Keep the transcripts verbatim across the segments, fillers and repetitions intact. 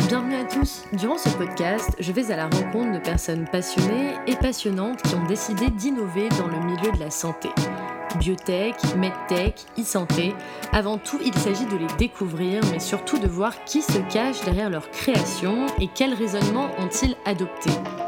Bienvenue à tous. Durant ce podcast, je vais à la rencontre de personnes passionnées et passionnantes qui ont décidé d'innover dans le milieu de la santé. Biotech, medtech, e-santé, avant tout, il s'agit de les découvrir, mais surtout de voir qui se cache derrière leur création et quels raisonnements ont-ils adoptés.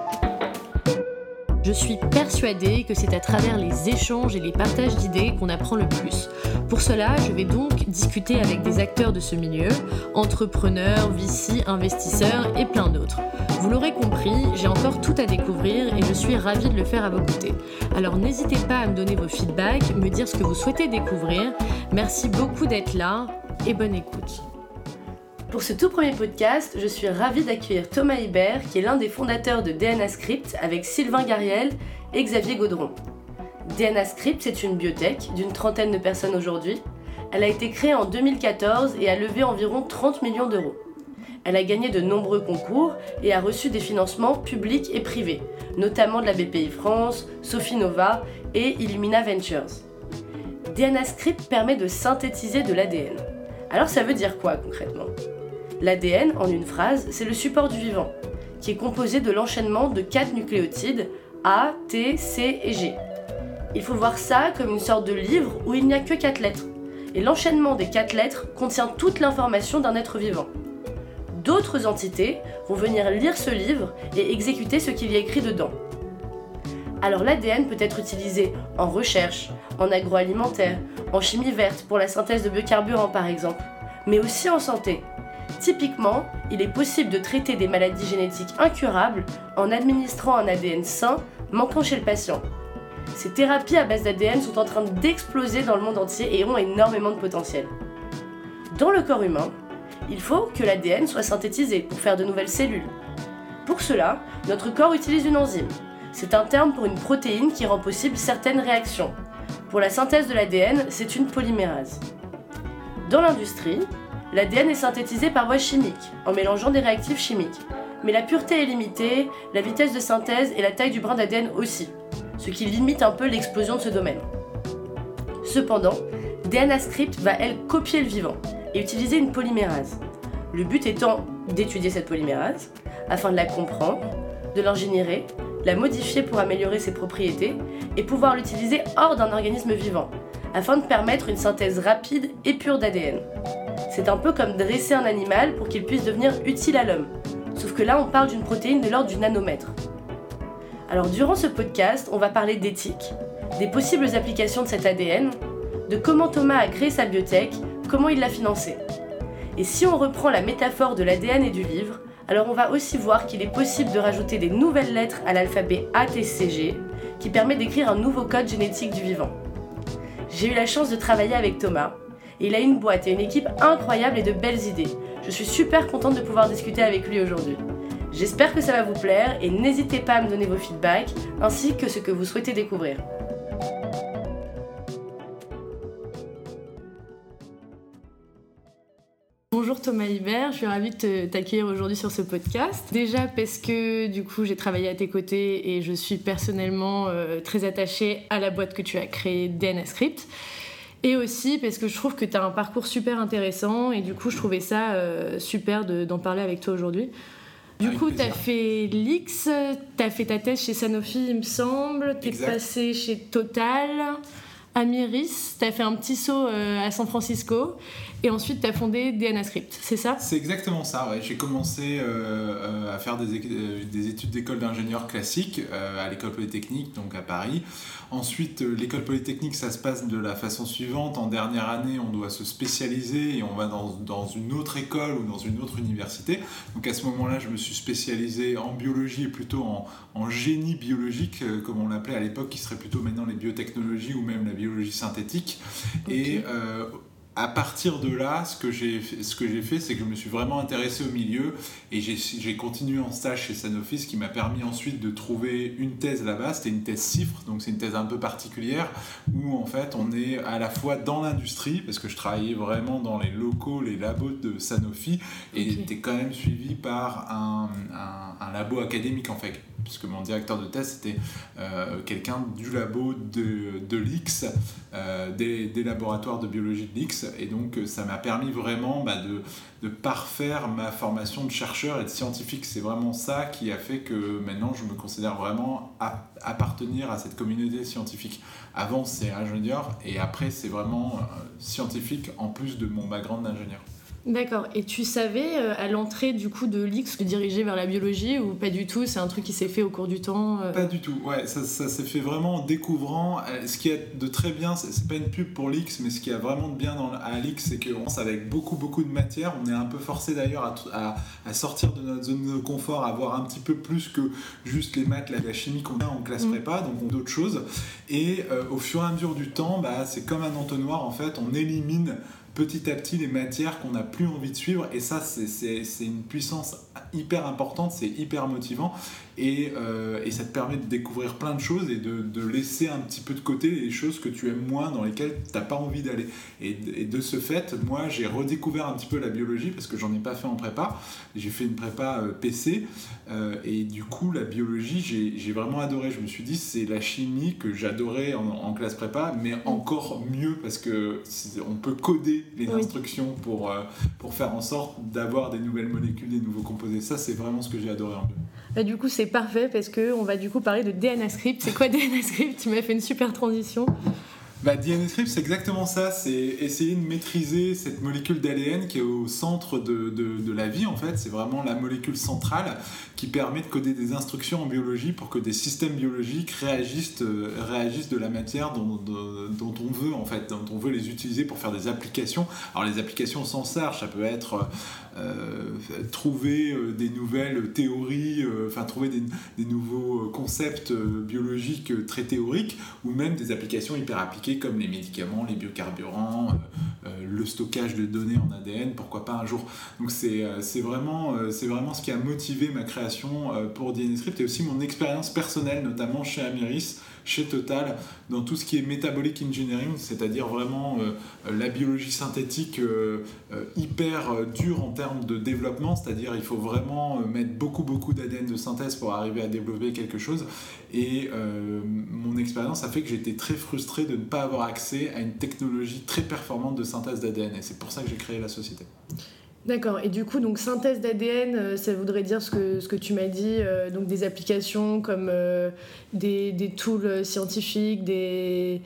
Je suis persuadée que c'est à travers les échanges et les partages d'idées qu'on apprend le plus. Pour cela, je vais donc discuter avec des acteurs de ce milieu, entrepreneurs, V C, investisseurs et plein d'autres. Vous l'aurez compris, j'ai encore tout à découvrir et je suis ravie de le faire à vos côtés. Alors n'hésitez pas à me donner vos feedbacks, me dire ce que vous souhaitez découvrir. Merci beaucoup d'être là et bonne écoute. Pour ce tout premier podcast, je suis ravie d'accueillir Thomas Hibert, qui est l'un des fondateurs de D N A Script avec Sylvain Gariel et Xavier Gaudron. D N A Script, c'est une biotech d'une trentaine de personnes aujourd'hui. Elle a été créée en deux mille quatorze et a levé environ trente millions d'euros. Elle a gagné de nombreux concours et a reçu des financements publics et privés, notamment de la B P I France, Sophie Nova et Illumina Ventures. D N A Script permet de synthétiser de l'A D N. Alors ça veut dire quoi concrètement ? L'A D N, en une phrase, c'est le support du vivant, qui est composé de l'enchaînement de quatre nucléotides A, T, C et G. Il faut voir ça comme une sorte de livre où il n'y a que quatre lettres. Et l'enchaînement des quatre lettres contient toute l'information d'un être vivant. D'autres entités vont venir lire ce livre et exécuter ce qu'il y a écrit dedans. Alors l'A D N peut être utilisé en recherche, en agroalimentaire, en chimie verte pour la synthèse de biocarburants par exemple, mais aussi en santé. Typiquement, il est possible de traiter des maladies génétiques incurables en administrant un A D N sain manquant chez le patient. Ces thérapies à base d'A D N sont en train d'exploser dans le monde entier et ont énormément de potentiel. Dans le corps humain, il faut que l'A D N soit synthétisé pour faire de nouvelles cellules. Pour cela, notre corps utilise une enzyme. C'est un terme pour une protéine qui rend possible certaines réactions. Pour la synthèse de l'A D N, c'est une polymérase. Dans l'industrie, l'A D N est synthétisé par voie chimique, en mélangeant des réactifs chimiques. Mais la pureté est limitée, la vitesse de synthèse et la taille du brin d'A D N aussi, ce qui limite un peu l'explosion de ce domaine. Cependant, D N A Script va, elle, copier le vivant et utiliser une polymérase. Le but étant d'étudier cette polymérase, afin de la comprendre, de l'ingénierer, la modifier pour améliorer ses propriétés et pouvoir l'utiliser hors d'un organisme vivant, afin de permettre une synthèse rapide et pure d'A D N. C'est un peu comme dresser un animal pour qu'il puisse devenir utile à l'homme. Sauf que là, on parle d'une protéine de l'ordre du nanomètre. Alors, durant ce podcast, on va parler d'éthique, des possibles applications de cet A D N, de comment Thomas a créé sa biotech, comment il l'a financée. Et si on reprend la métaphore de l'A D N et du livre, alors on va aussi voir qu'il est possible de rajouter des nouvelles lettres à l'alphabet A T C G, qui permet d'écrire un nouveau code génétique du vivant. J'ai eu la chance de travailler avec Thomas, et il a une boîte et une équipe incroyables et de belles idées. Je suis super contente de pouvoir discuter avec lui aujourd'hui. J'espère que ça va vous plaire et n'hésitez pas à me donner vos feedbacks ainsi que ce que vous souhaitez découvrir. Bonjour Thomas Hibert, je suis ravie de te, t'accueillir aujourd'hui sur ce podcast. Déjà parce que du coup j'ai travaillé à tes côtés et je suis personnellement euh, très attachée à la boîte que tu as créée, D N A Script. Et aussi parce que je trouve que tu as un parcours super intéressant et du coup je trouvais ça euh, super de, d'en parler avec toi aujourd'hui. Du avec coup tu as fait l'I X, tu as fait ta thèse chez Sanofi il me semble, tu es passé chez Total, Amiris, tu as fait un petit saut euh, à San Francisco et ensuite tu as fondé D N A Script, c'est ça ? C'est exactement ça, ouais. J'ai commencé euh, à faire des, é- des études d'école d'ingénieur classique euh, à l'école polytechnique, donc à Paris. Ensuite, euh, l'école polytechnique, ça se passe de la façon suivante. En dernière année, on doit se spécialiser et on va dans, dans une autre école ou dans une autre université. Donc à ce moment-là, je me suis spécialisé en biologie et plutôt en, en génie biologique, euh, comme on l'appelait à l'époque, qui serait plutôt maintenant les biotechnologies ou même la biologie synthétique. Okay. Et euh, à partir de là, ce que j'ai fait, ce que j'ai fait, c'est que je me suis vraiment intéressé au milieu et j'ai, j'ai continué en stage chez Sanofi, ce qui m'a permis ensuite de trouver une thèse là-bas. C'était une thèse CIFRE, donc c'est une thèse un peu particulière où en fait on est à la fois dans l'industrie, parce que je travaillais vraiment dans les locaux, les labos de Sanofi, et okay. T'es quand même suivi par un, un, un labo académique en fait. puisque mon directeur de thèse était euh, quelqu'un du labo de, de l'I X, euh, des, des laboratoires de biologie de l'I X, et donc ça m'a permis vraiment bah, de, de parfaire ma formation de chercheur et de scientifique. C'est vraiment ça qui a fait que maintenant je me considère vraiment à, appartenir à cette communauté scientifique. Avant c'est ingénieur et après c'est vraiment euh, scientifique en plus de mon background d'ingénieur. D'accord. Et tu savais euh, à l'entrée du coup de l'I X te diriger vers la biologie ou pas du tout? C'est un truc qui s'est fait au cours du temps euh... Pas du tout. Ouais, ça, ça s'est fait vraiment en découvrant. Ce qui est de très bien, c'est, c'est pas une pub pour l'I X, mais ce qui est vraiment de bien dans, à l'I X, c'est qu'on commence avec beaucoup beaucoup de matière. On est un peu forcé d'ailleurs à, à, à sortir de notre zone de confort, à voir un petit peu plus que juste les maths, la, la chimie qu'on a en classe Mmh. prépa, donc on a d'autres choses. Et euh, au fur et à mesure du temps, bah, c'est comme un entonnoir en fait. On élimine petit à petit les matières qu'on n'a plus envie de suivre, et ça c'est, c'est, c'est une puissance hyper importante, c'est hyper motivant, et, euh, et ça te permet de découvrir plein de choses et de, de laisser un petit peu de côté les choses que tu aimes moins, dans lesquelles tu n'as pas envie d'aller. Et, et de ce fait, moi j'ai redécouvert un petit peu la biologie, parce que j'en ai pas fait en prépa, j'ai fait une prépa euh, P C, euh, et du coup la biologie j'ai, j'ai vraiment adoré. Je me suis dit c'est la chimie que j'adorais en, en classe prépa, mais encore mieux, parce que on peut coder les Oui. instructions pour, euh, pour faire en sorte d'avoir des nouvelles molécules, des nouveaux composés. Ça, c'est vraiment ce que j'ai adoré en bio. Bah, du coup, c'est parfait parce qu'on va du coup parler de D N A Script. C'est quoi D N A Script? Tu m'as fait une super transition. Bah, D N A Script, c'est exactement ça, c'est essayer de maîtriser cette molécule d'A D N qui est au centre de, de, de la vie en fait. C'est vraiment la molécule centrale qui permet de coder des instructions en biologie pour que des systèmes biologiques réagissent, euh, réagissent de la matière dont, de, dont on veut en fait, dont on veut les utiliser pour faire des applications. Alors les applications au sens large, ça peut être euh, trouver euh, des nouvelles théories, euh, enfin trouver des, des nouveaux concepts euh, biologiques euh, très théoriques, ou même des applications hyper appliquées comme les médicaments, les biocarburants, euh, euh, le stockage de données en A D N, pourquoi pas un jour. Donc c'est, euh, c'est, vraiment, euh, c'est vraiment ce qui a motivé ma création euh, pour D N A Script, et aussi mon expérience personnelle, notamment chez Amiris, chez Total, dans tout ce qui est metabolic engineering, c'est-à-dire vraiment euh, la biologie synthétique euh, euh, hyper euh, dure en termes de développement, c'est-à-dire il faut vraiment euh, mettre beaucoup beaucoup d'A D N de synthèse pour arriver à développer quelque chose. Et euh, mon expérience a fait que j'étais très frustré de ne pas avoir accès à une technologie très performante de synthèse d'A D N, et c'est pour ça que j'ai créé la société. D'accord, et du coup, donc synthèse d'A D N, ça voudrait dire ce que, ce que tu m'as dit, euh, donc des applications comme euh, des, des tools scientifiques, des,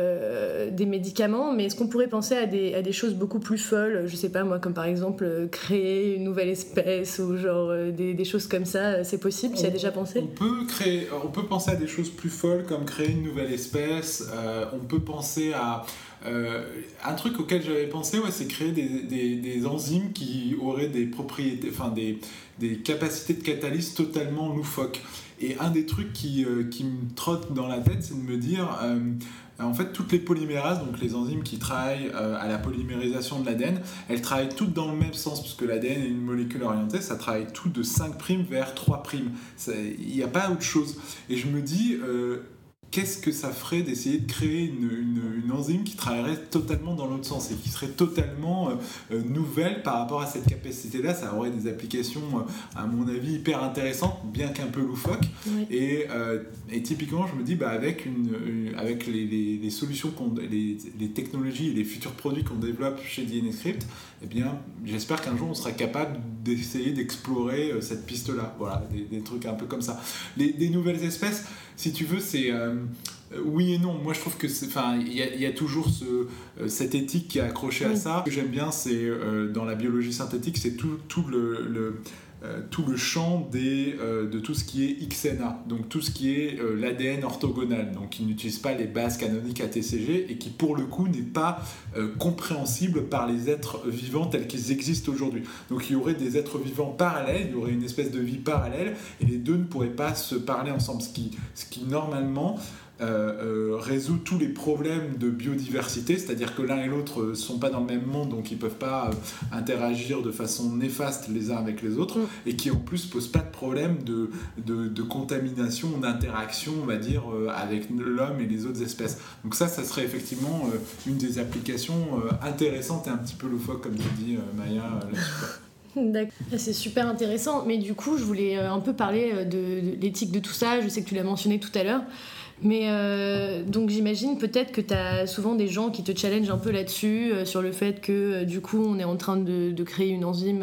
euh, des médicaments, mais est-ce qu'on pourrait penser à des, à des choses beaucoup plus folles, je sais pas moi, comme par exemple euh, créer une nouvelle espèce ou genre euh, des, des choses comme ça, c'est possible, tu y as déjà pensé? On peut, créer, on peut penser à des choses plus folles comme créer une nouvelle espèce, euh, on peut penser à... Euh, un truc auquel j'avais pensé, ouais, c'est créer des, des, des enzymes qui auraient des propriétés, enfin des, des capacités de catalyse totalement loufoques. Et un des trucs qui, euh, qui me trotte dans la tête, c'est de me dire, euh, en fait, toutes les polymérases, donc les enzymes qui travaillent euh, à la polymérisation de l'A D N, elles travaillent toutes dans le même sens, puisque l'A D N est une molécule orientée, ça travaille tout de cinq primes vers trois primes. Il n'y a pas autre chose. Et je me dis... Euh, qu'est-ce que ça ferait d'essayer de créer une, une, une enzyme qui travaillerait totalement dans l'autre sens et qui serait totalement euh, nouvelle par rapport à cette capacité-là? Ça aurait des applications, euh, à mon avis, hyper intéressantes, bien qu'un peu loufoques. Oui. Et, euh, et typiquement, je me dis, bah, avec, une, une, avec les, les, les solutions, qu'on, les, les technologies et les futurs produits qu'on développe chez D N A Script, eh bien, j'espère qu'un jour, on sera capable d'essayer d'explorer euh, cette piste-là. Voilà, des, des trucs un peu comme ça. Les, des nouvelles espèces, si tu veux, c'est... Euh, oui et non. Moi, je trouve que c'est, enfin, il y, y a toujours ce, euh, cette éthique qui est accrochée oui. à ça. Ce que j'aime bien, c'est euh, dans la biologie synthétique, c'est tout, tout le, le euh, tout le champ des, euh, de tout ce qui est X N A, donc tout ce qui est euh, l'A D N orthogonal, donc qui n'utilise pas les bases canoniques A T C G et qui pour le coup n'est pas euh, compréhensible par les êtres vivants tels qu'ils existent aujourd'hui. Donc il y aurait des êtres vivants parallèles, il y aurait une espèce de vie parallèle et les deux ne pourraient pas se parler ensemble, ce qui, ce qui normalement Euh, euh, résout tous les problèmes de biodiversité, c'est-à-dire que l'un et l'autre ne euh, sont pas dans le même monde, donc ils ne peuvent pas euh, interagir de façon néfaste les uns avec les autres, mmh. et qui en plus ne posent pas de problème de, de, de contamination, d'interaction, on va dire, euh, avec l'homme et les autres espèces. Donc ça, ça serait effectivement euh, une des applications euh, intéressantes et un petit peu loufoques, comme tu dis, euh, Maya, euh, là-dessus. D'accord. C'est super intéressant, mais du coup je voulais un peu parler de, de l'éthique de tout ça, je sais que tu l'as mentionné tout à l'heure, mais euh, donc j'imagine peut-être que tu as souvent des gens qui te challengent un peu là-dessus, euh, sur le fait que euh, du coup on est en train de, de créer une enzyme,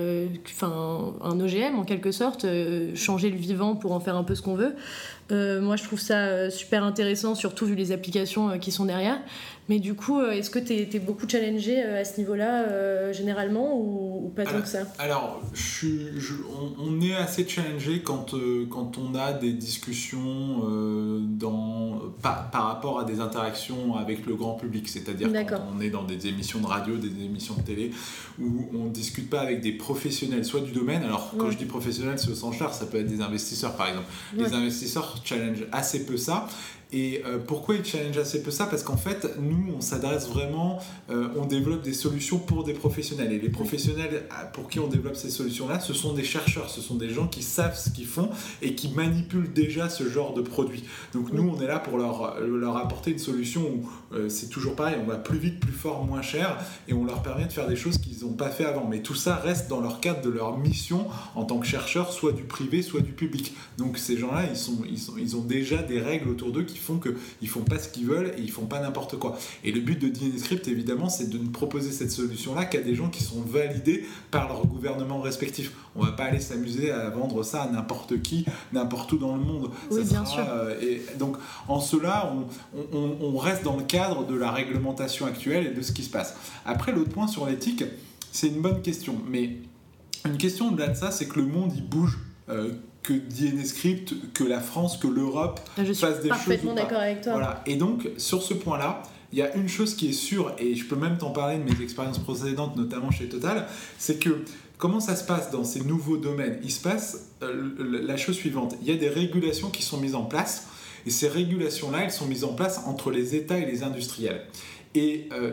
enfin euh, un O G M en quelque sorte, euh, changer le vivant pour en faire un peu ce qu'on veut. Euh, moi je trouve ça super intéressant, surtout vu les applications euh, qui sont derrière. Mais du coup, euh, est-ce que tu es beaucoup challengé euh, à ce niveau-là, euh, généralement, ou, ou pas tant que ça ? Alors, je, je, on, on est assez challengé quand, euh, quand on a des discussions euh, dans, par, par rapport à des interactions avec le grand public. C'est-à-dire D'accord. quand on est dans des émissions de radio, des émissions de télé, où on ne discute pas avec des professionnels, soit du domaine. Alors, quand ouais. je dis professionnels, c'est au sens large, ça peut être des investisseurs, par exemple. Ouais. Les investisseurs challengent assez peu ça. Et euh, pourquoi ils challengent assez peu ça ? Parce qu'en fait, nous, on s'adresse vraiment, euh, on développe des solutions pour des professionnels. Et les professionnels pour qui on développe ces solutions-là, ce sont des chercheurs, ce sont des gens qui savent ce qu'ils font et qui manipulent déjà ce genre de produit. Donc nous, on est là pour leur, leur apporter une solution où euh, c'est toujours pareil, on va plus vite, plus fort, moins cher, et on leur permet de faire des choses qu'ils n'ont pas fait avant. Mais tout ça reste dans leur cadre de leur mission en tant que chercheurs, soit du privé, soit du public. Donc ces gens-là, ils, sont, ils, sont, ils ont déjà des règles autour d'eux qui font qu'ils ne font pas ce qu'ils veulent et ils ne font pas n'importe quoi. Et le but de DNScript, évidemment, c'est de ne proposer cette solution-là qu'à des gens qui sont validés par leur gouvernement respectif. On ne va pas aller s'amuser à vendre ça à n'importe qui, n'importe où dans le monde. Oui, ça bien sera, sûr. Euh, et donc, en cela, on, on, on reste dans le cadre de la réglementation actuelle et de ce qui se passe. Après, l'autre point sur l'éthique, c'est une bonne question. Mais une question au-delà de ça, c'est que le monde, il bouge. Euh, que DNScript, que la France, que l'Europe fassent des choses. Je suis parfaitement d'accord avec toi. Voilà. Et donc, sur ce point-là, il y a une chose qui est sûre, et je peux même t'en parler de mes expériences précédentes, notamment chez Total, c'est que comment ça se passe dans ces nouveaux domaines ? Il se passe euh, la chose suivante. Il y a des régulations qui sont mises en place, et ces régulations-là, elles sont mises en place entre les États et les industriels. Et euh,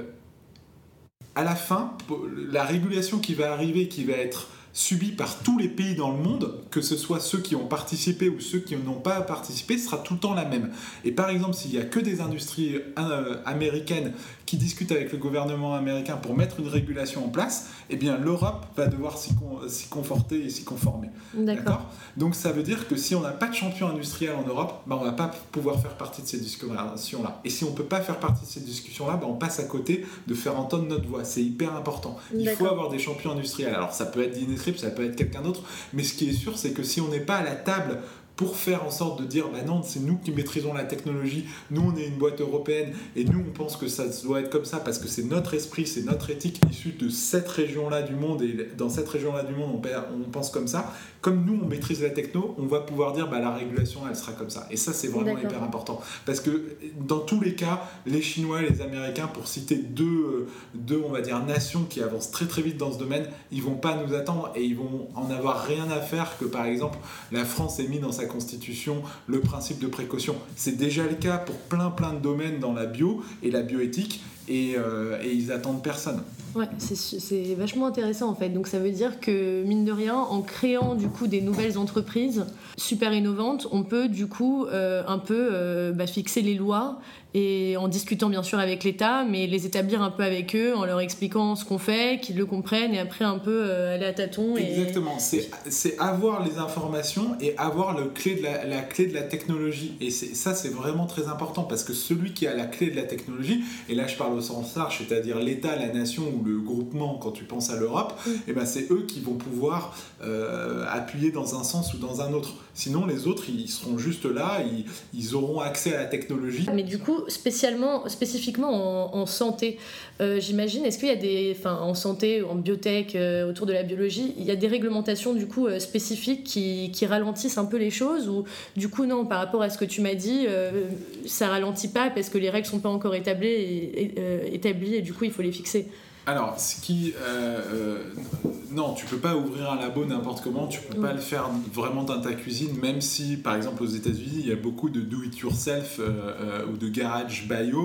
à la fin, la régulation qui va arriver, qui va être subi par tous les pays dans le monde, que ce soit ceux qui ont participé ou ceux qui n'ont pas participé, sera tout le temps la même. Et par exemple, s'il n'y a que des industries euh, américaines qui discutent avec le gouvernement américain pour mettre une régulation en place, eh bien l'Europe va devoir s'y, con- s'y conforter et s'y conformer. D'accord. D'accord ? Donc ça veut dire que si on n'a pas de champion industriel en Europe, bah, on ne va pas pouvoir faire partie de ces discussions-là. Et si on ne peut pas faire partie de ces discussions-là, bah, on passe à côté de faire entendre notre voix. C'est hyper important. Il D'accord. faut avoir des champions industriels. Alors ça peut être DNScript, ça peut être quelqu'un d'autre, mais ce qui est sûr, c'est que si on n'est pas à la table pour faire en sorte de dire bah non, c'est nous qui maîtrisons la technologie, nous on est une boîte européenne et nous on pense que ça doit être comme ça parce que c'est notre esprit, c'est notre éthique issue de cette région-là du monde, et dans cette région-là du monde on, on pense comme ça. Comme nous on maîtrise la techno, on va pouvoir dire bah la régulation elle sera comme ça. Et ça c'est vraiment D'accord. hyper important parce que dans tous les cas, les Chinois et les Américains, pour citer deux, deux on va dire nations qui avancent très très vite dans ce domaine, ils vont pas nous attendre et ils vont en avoir rien à faire que par exemple la France ait mis dans sa constitution le principe de précaution. C'est déjà le cas pour plein plein de domaines dans la bio et la bioéthique et, euh, et ils attendent personne. Ouais, c'est, c'est vachement intéressant en fait. Donc ça veut dire que mine de rien, en créant du coup des nouvelles entreprises super innovantes, on peut du coup euh, un peu euh, bah, fixer les lois et en discutant bien sûr avec l'État, mais les établir un peu avec eux, en leur expliquant ce qu'on fait, qu'ils le comprennent et après un peu euh, aller à tâtons. Et... Exactement, c'est, c'est avoir les informations et avoir le clé de la, la clé de la technologie. Et c'est, ça c'est vraiment très important parce que celui qui a la clé de la technologie, et là je parle au sens large, c'est-à-dire l'État, la nation ou le groupement quand tu penses à l'Europe, mmh. et ben c'est eux qui vont pouvoir euh, appuyer dans un sens ou dans un autre. Sinon les autres ils seront juste là, ils, ils auront accès à la technologie. Mais du coup spécialement, spécifiquement en, en santé, euh, j'imagine, est-ce qu'il y a des, enfin en santé, en biotech, euh, autour de la biologie, il y a des réglementations du coup euh, spécifiques qui, qui ralentissent un peu les choses ou du coup non, par rapport à ce que tu m'as dit, euh, ça ralentit pas parce que les règles sont pas encore établies et, et, euh, établies et du coup il faut les fixer. Alors, ce qui, euh, euh, non, tu peux pas ouvrir un labo n'importe comment, tu peux mmh. pas le faire vraiment dans ta cuisine, même si, par exemple, aux États-Unis, il y a beaucoup de do-it-yourself euh, euh, ou de garage bio.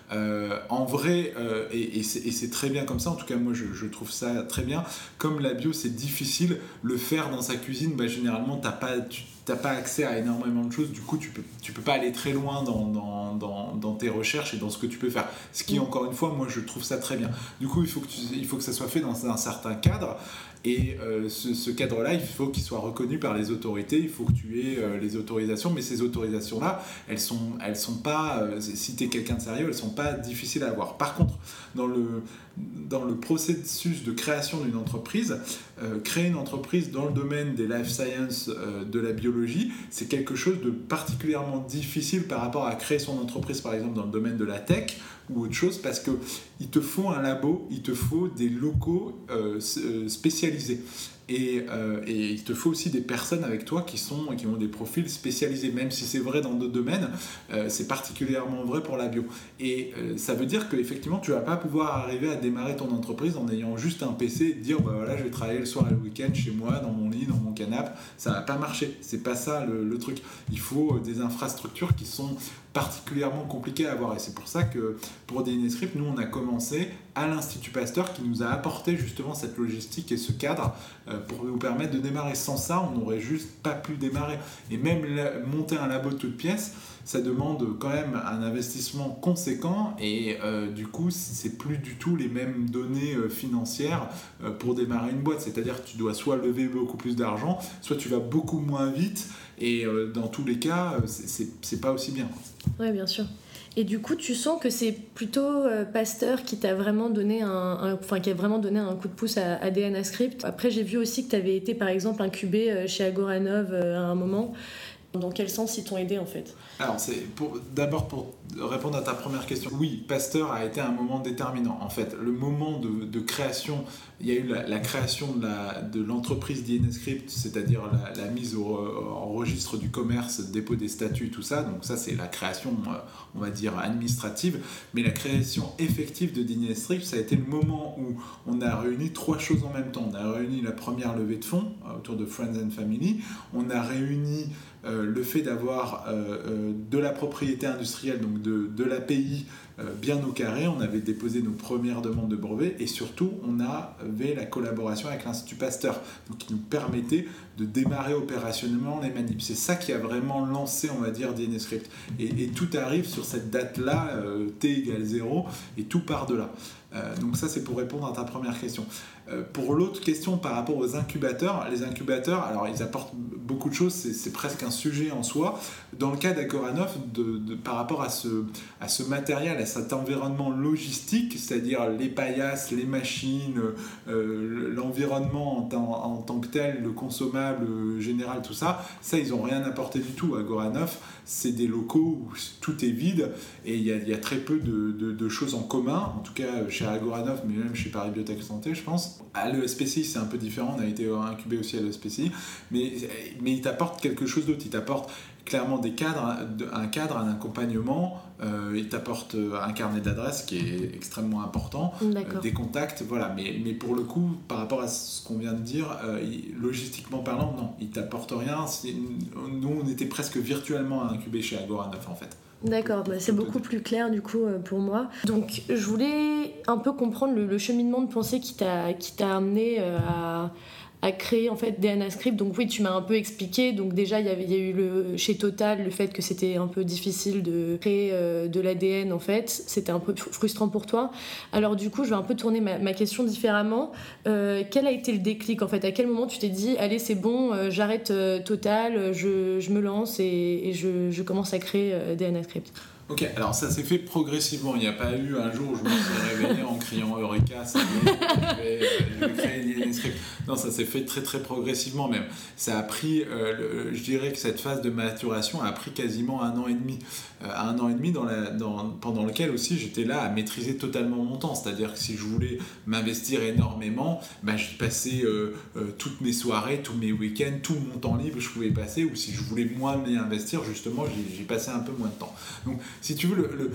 Euh, en vrai, euh, et, et, c'est, et c'est très bien comme ça, en tout cas moi je, je trouve ça très bien, comme la bio c'est difficile, le faire dans sa cuisine, bah, généralement t'as pas, tu n'as pas accès à énormément de choses, du coup tu peux, tu peux pas aller très loin dans, dans, dans, dans tes recherches et dans ce que tu peux faire, ce qui encore une fois moi je trouve ça très bien. Du coup il faut que, tu, il faut que ça soit fait dans un certain cadre. Et euh, ce, ce cadre-là, il faut qu'il soit reconnu par les autorités, il faut que tu aies euh, les autorisations, mais ces autorisations-là, elles sont, elles sont pas, euh, si tu es quelqu'un de sérieux, elles sont pas difficiles à avoir. Par contre, dans le, dans le processus de création d'une entreprise, euh, créer une entreprise dans le domaine des life sciences, euh, de la biologie, c'est quelque chose de particulièrement difficile par rapport à créer son entreprise, par exemple, dans le domaine de la tech, ou autre chose, parce qu'il te faut un labo, il te faut des locaux euh, spécialisés. Et, euh, et il te faut aussi des personnes avec toi qui, sont, qui ont des profils spécialisés, même si c'est vrai dans d'autres domaines, euh, c'est particulièrement vrai pour la bio. Et euh, ça veut dire qu'effectivement, tu ne vas pas pouvoir arriver à démarrer ton entreprise en ayant juste un P C et te dire bah voilà, je vais travailler le soir et le week-end chez moi, dans mon lit, dans mon canapé. Ça ne va pas marcher. C'est pas ça le, le truc. Il faut des infrastructures qui sont particulièrement compliquées à avoir. Et c'est pour ça que pour D N A Script, nous, on a commencé à l'Institut Pasteur qui nous a apporté justement cette logistique et ce cadre euh, pour nous permettre de démarrer. Sans ça, on n'aurait juste pas pu démarrer. Et même la, monter un labo de toutes pièces, ça demande quand même un investissement conséquent et euh, du coup, c'est plus du tout les mêmes données euh, financières euh, pour démarrer une boîte. C'est-à-dire que tu dois soit lever beaucoup plus d'argent, soit tu vas beaucoup moins vite et euh, dans tous les cas, c'est, c'est, c'est pas aussi bien. Oui, bien sûr. Et du coup, tu sens que c'est plutôt euh, Pasteur qui t'a vraiment donné un, un, enfin, qui a vraiment donné un coup de pouce à, à D N A Script. Après, j'ai vu aussi que tu avais été, par exemple, incubé euh, chez Agoranov euh, à un moment. Dans quel sens ils t'ont aidé, en fait ? Alors, c'est pour, d'abord pour répondre à ta première question. Oui, Pasteur a été un moment déterminant. En fait, le moment de, de création, il y a eu la, la création de, la, de l'entreprise D N A Script, c'est-à-dire la, la mise au, en registre du commerce, dépôt des statuts, tout ça. Donc ça, c'est la création, on va dire, administrative. Mais la création effective de D N A Script, ça a été le moment où on a réuni trois choses en même temps. On a réuni la première levée de fonds autour de Friends and Family. On a réuni euh, le fait d'avoir euh, euh, de la propriété industrielle, donc de, de l'A P I euh, bien au carré. On avait déposé nos premières demandes de brevets et surtout on avait la collaboration avec l'Institut Pasteur, donc qui nous permettait de démarrer opérationnellement les manips. C'est ça qui a vraiment lancé, on va dire, D N A Script. Et, et tout arrive sur cette date-là, euh, T égale zéro, et tout part de là. Euh, donc ça, c'est pour répondre à ta première question. Euh, pour l'autre question par rapport aux incubateurs, les incubateurs, alors ils apportent beaucoup de choses, c'est, c'est presque un sujet en soi. Dans le cas d'Agoranov, de, de, par rapport à ce, à ce matériel, à cet environnement logistique, c'est-à-dire les paillasses, les machines, euh, l'environnement en, tant, en tant que tel, le consommable général, tout ça, ça, ils n'ont rien apporté du tout. Agoranov, c'est des locaux où tout est vide et il y a, y a très peu de, de, de choses en commun, en tout cas chez Agoranov, mais même chez Paris Biotech Santé, je pense. À l'E S P C I, c'est un peu différent, on a été incubé aussi à l'E S P C I, mais, mais il t'apporte quelque chose d'autre, il t'apporte clairement des cadres, un cadre, un accompagnement, euh, il t'apporte un carnet d'adresses qui est extrêmement important, euh, des contacts, voilà, mais, mais pour le coup, par rapport à ce qu'on vient de dire, euh, il, logistiquement parlant, non, il t'apporte rien. C'est, nous, on était presque virtuellement incubés chez Agoranov en fait. D'accord, bah c'est beaucoup plus clair du coup pour moi. Donc je voulais un peu comprendre le, le cheminement de pensée qui t'a, qui t'a amené à, à créer en fait D N A Script. Donc oui, tu m'as un peu expliqué. Donc déjà il y avait, il y a eu le, chez Total le fait que c'était un peu difficile de créer euh, de l'A D N en fait. C'était un peu frustrant pour toi. Alors du coup je vais un peu tourner ma, ma question différemment. Euh, quel a été le déclic en fait ? À quel moment tu t'es dit allez c'est bon, euh, j'arrête euh, Total, je, je me lance et, et je, je commence à créer euh, D N A Script ? Ok, alors ça s'est fait progressivement. Il n'y a pas eu un jour où je me suis réveillé en criant Eureka, ça y est, je vais, je vais créer D N A Script. Non, ça s'est fait très très progressivement même. Ça a pris, euh, le, je dirais que cette phase de maturation a pris quasiment un an et demi. Euh, un an et demi dans la, dans, pendant lequel aussi j'étais là à maîtriser totalement mon temps. C'est-à-dire que si je voulais m'investir énormément, ben, je passais euh, euh, toutes mes soirées, tous mes week-ends, tout mon temps libre je pouvais passer. Ou si je voulais moins m'investir, justement, j'ai, j'ai passé un peu moins de temps. Donc, si tu veux, le, le,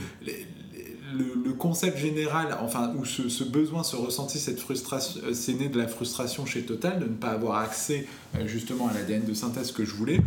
le, le concept général, enfin, où ce, ce besoin, ce ressenti, cette frustration, c'est né de la frustration chez Total de ne pas avoir accès justement à l'A D N de synthèse que je voulais.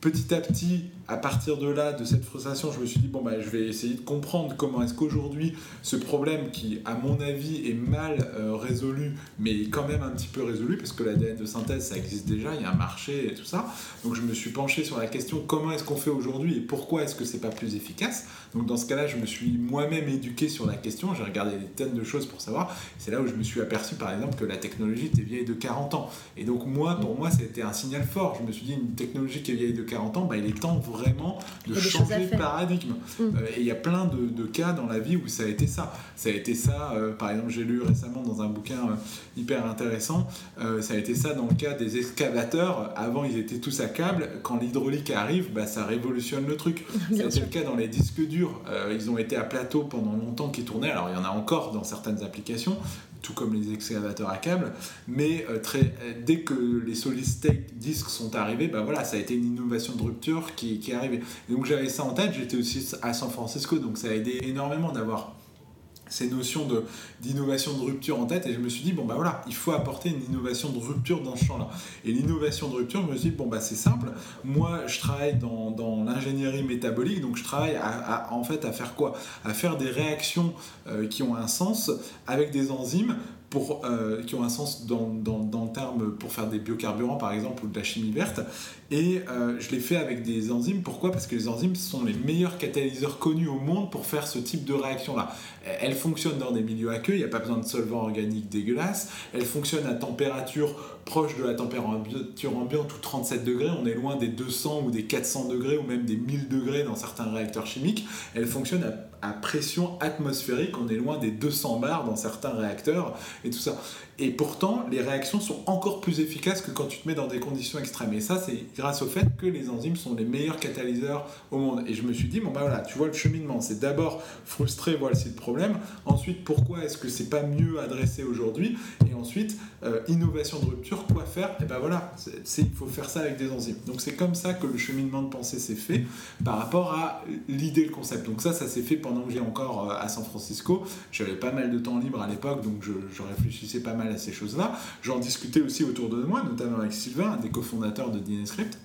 petit à petit, à partir de là, de cette frustration, je me suis dit, bon, bah, je vais essayer de comprendre comment est-ce qu'aujourd'hui, ce problème qui, à mon avis, est mal euh, résolu, mais quand même un petit peu résolu, parce que l'A D N de synthèse, ça existe déjà, il y a un marché et tout ça. Donc je me suis penché sur la question, comment est-ce qu'on fait aujourd'hui et pourquoi est-ce que c'est pas plus efficace. Donc dans ce cas-là, je me suis moi-même éduqué sur la question, j'ai regardé des tonnes de choses pour savoir. C'est là où je me suis aperçu, par exemple, que la technologie était vieille de quarante ans. Et donc moi, pour moi, c'était un signal fort. Je me suis dit, une technologie qui est vieille de quarante ans, bah, il est temps vraiment de changer de paradigme. Mmh. Euh, et il y a plein de, de cas dans la vie où ça a été ça. Ça a été ça, euh, par exemple, j'ai lu récemment dans un bouquin euh, hyper intéressant, euh, ça a été ça dans le cas des excavateurs. Avant, ils étaient tous à câble. Quand l'hydraulique arrive, bah, ça révolutionne le truc. Ça a été le cas dans les disques durs. Euh, ils ont été à plateau pendant longtemps qui tournaient. Alors, il y en a encore dans certaines applications, tout comme les excavateurs à câble, mais euh, très, euh, dès que les solid state disks sont arrivés, bah voilà, ça a été une innovation de rupture qui, qui est arrivée. Et donc j'avais ça en tête, j'étais aussi à San Francisco, donc ça a aidé énormément d'avoir ces notions de, d'innovation de rupture en tête, et je me suis dit, bon bah voilà, il faut apporter une innovation de rupture dans ce champ-là. Et l'innovation de rupture, je me suis dit, bon bah c'est simple, moi je travaille dans, dans l'ingénierie métabolique, donc je travaille à, à, en fait à faire quoi ? À faire des réactions euh, qui ont un sens avec des enzymes, Pour, euh, qui ont un sens dans, dans, dans le terme pour faire des biocarburants par exemple ou de la chimie verte, et euh, je l'ai fait avec des enzymes. Pourquoi ? Parce que les enzymes sont les meilleurs catalyseurs connus au monde pour faire ce type de réaction là. Elles fonctionnent dans des milieux aqueux, il n'y a pas besoin de solvants organiques dégueulasses, elles fonctionnent à température proche de la température ambiante ou trente-sept degrés, on est loin des deux cents ou des quatre cents degrés ou même des mille degrés dans certains réacteurs chimiques. Elles fonctionnent à, à pression atmosphérique, on est loin des deux cents bars dans certains réacteurs et tout ça. Et pourtant, les réactions sont encore plus efficaces que quand tu te mets dans des conditions extrêmes. Et ça, c'est grâce au fait que les enzymes sont les meilleurs catalyseurs au monde. Et je me suis dit, bon bah voilà, tu vois le cheminement, c'est d'abord frustré, voici le problème. Ensuite, pourquoi est-ce que c'est pas mieux adressé aujourd'hui ? Et ensuite, euh, innovation de rupture, quoi faire ? Et ben voilà, c'est, c'est, il faut faire ça avec des enzymes. Donc c'est comme ça que le cheminement de pensée s'est fait par rapport à l'idée, le concept. Donc ça, ça s'est fait pendant que j'étais encore à San Francisco. J'avais pas mal de temps libre à l'époque, donc je, je réfléchissais pas mal à ces choses-là. J'en discutais aussi autour de moi, notamment avec Sylvain, un des cofondateurs de Dynescript.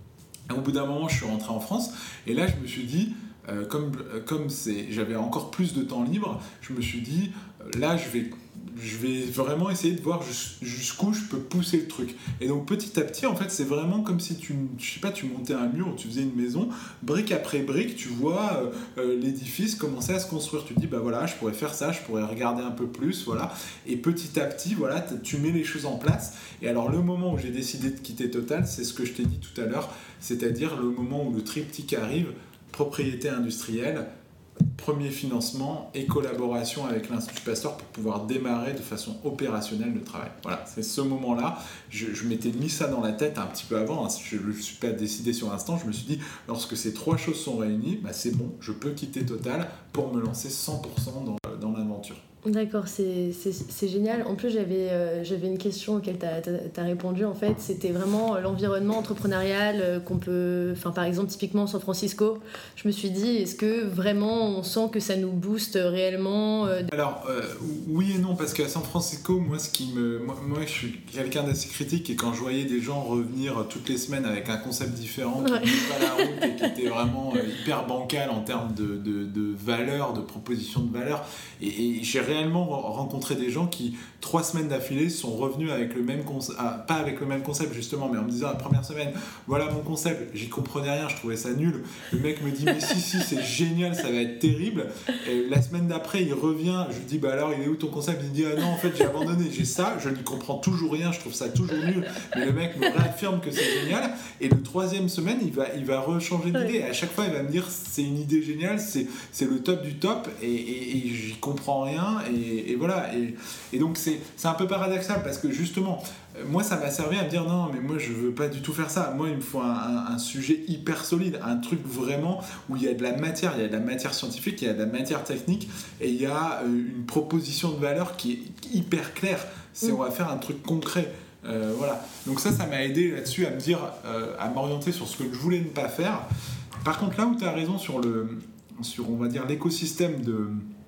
Et au bout d'un moment, je suis rentré en France, et là, je me suis dit, euh, comme, comme c'est, j'avais encore plus de temps libre, je me suis dit, euh, là, je vais... je vais vraiment essayer de voir jusqu'où je peux pousser le truc. Et donc petit à petit, en fait, c'est vraiment comme si tu, je sais pas, tu montais un mur ou tu faisais une maison, brique après brique, tu vois euh, l'édifice commencer à se construire. Tu te dis, bah voilà, je pourrais faire ça, je pourrais regarder un peu plus, voilà. Et petit à petit, voilà, tu mets les choses en place. Et alors le moment où j'ai décidé de quitter Total, c'est ce que je t'ai dit tout à l'heure, c'est-à-dire le moment où le triptyque arrive, propriété industrielle, premier financement et collaboration avec l'Institut Pasteur pour pouvoir démarrer de façon opérationnelle le travail. Voilà, c'est ce moment-là. Je, je m'étais mis ça dans la tête un petit peu avant. Hein. Je ne suis pas décidé sur l'instant. Je me suis dit, lorsque ces trois choses sont réunies, bah c'est bon, je peux quitter Total pour me lancer cent pour cent dans, dans l'aventure. D'accord, c'est, c'est, c'est génial. En plus, j'avais, euh, j'avais une question auquel tu as répondu. En fait, c'était vraiment l'environnement entrepreneurial euh, qu'on peut... Enfin, par exemple, typiquement San Francisco, je me suis dit, est-ce que vraiment on sent que ça nous booste réellement euh... Alors, euh, oui et non, parce qu'à San Francisco, moi, ce qui me, moi, moi, je suis quelqu'un d'assez critique, et quand je voyais des gens revenir toutes les semaines avec un concept différent, qui ouais. n'était pas la route et qui était vraiment euh, hyper bancal en termes de, de, de valeur, de proposition de valeur, et, et j'ai réellement rencontré des gens qui, trois semaines d'affilée, sont revenus avec le même concept, ah, pas avec le même concept justement, mais en me disant la première semaine, voilà mon concept, j'y comprenais rien, je trouvais ça nul. Le mec me dit, mais si, si, c'est génial, ça va être terrible. Et la semaine d'après, il revient, je lui dis, bah alors, il est où ton concept ? Il me dit, ah non, en fait, j'ai abandonné, j'ai ça, je n'y comprends toujours rien, je trouve ça toujours nul. Mais le mec me réaffirme que c'est génial. Et le troisième semaine, il va, il va rechanger d'idée. Et à chaque fois, il va me dire, c'est une idée géniale, c'est, c'est le top du top, et, et, et j'y comprends rien. Et, et voilà. Et, et donc, c'est, c'est un peu paradoxal parce que justement, moi, ça m'a servi à me dire, non, mais moi, je veux pas du tout faire ça. Moi, il me faut un, un, un sujet hyper solide, un truc vraiment où il y a de la matière, il y a de la matière scientifique, il y a de la matière technique, et il y a une proposition de valeur qui est hyper claire. C'est, mmh. on va faire un truc concret. Euh, voilà. Donc ça, ça m'a aidé là-dessus à me dire, euh, à m'orienter sur ce que je voulais ne pas faire. Par contre, là où tu as raison sur le, sur, on va dire, l'écosystème de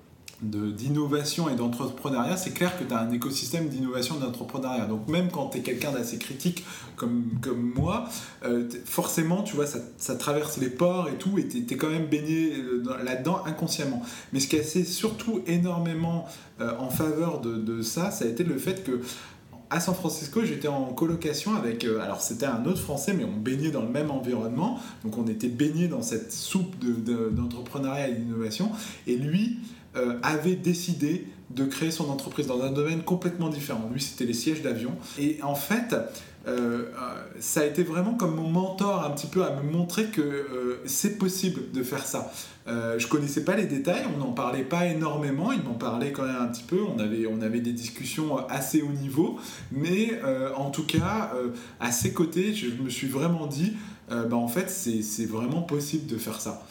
de, d'innovation et d'entrepreneuriat, c'est clair que tu as un écosystème d'innovation et d'entrepreneuriat. Donc même quand tu es quelqu'un d'assez critique comme, comme moi, euh, forcément, tu vois, ça, ça traverse les pores et tout, et tu es quand même baigné là-dedans inconsciemment. Mais ce qui a été surtout énormément euh, en faveur de, de ça, ça a été le fait que à San Francisco, j'étais en colocation avec, euh, alors c'était un autre Français, mais on baignait dans le même environnement, donc on était baigné dans cette soupe de, de, d'entrepreneuriat et d'innovation, et lui euh, avait décidé de créer son entreprise dans un domaine complètement différent. Lui, c'était les sièges d'avion, et en fait, euh, ça a été vraiment comme mon mentor un petit peu à me montrer que euh, c'est possible de faire ça. Euh, je connaissais pas les détails, on n'en parlait pas énormément, il m'en parlait quand même un petit peu, on avait, on avait des discussions assez haut niveau, mais euh, en tout cas, euh, à ses côtés, je me suis vraiment dit, euh, bah, en fait, c'est, c'est vraiment possible de faire ça.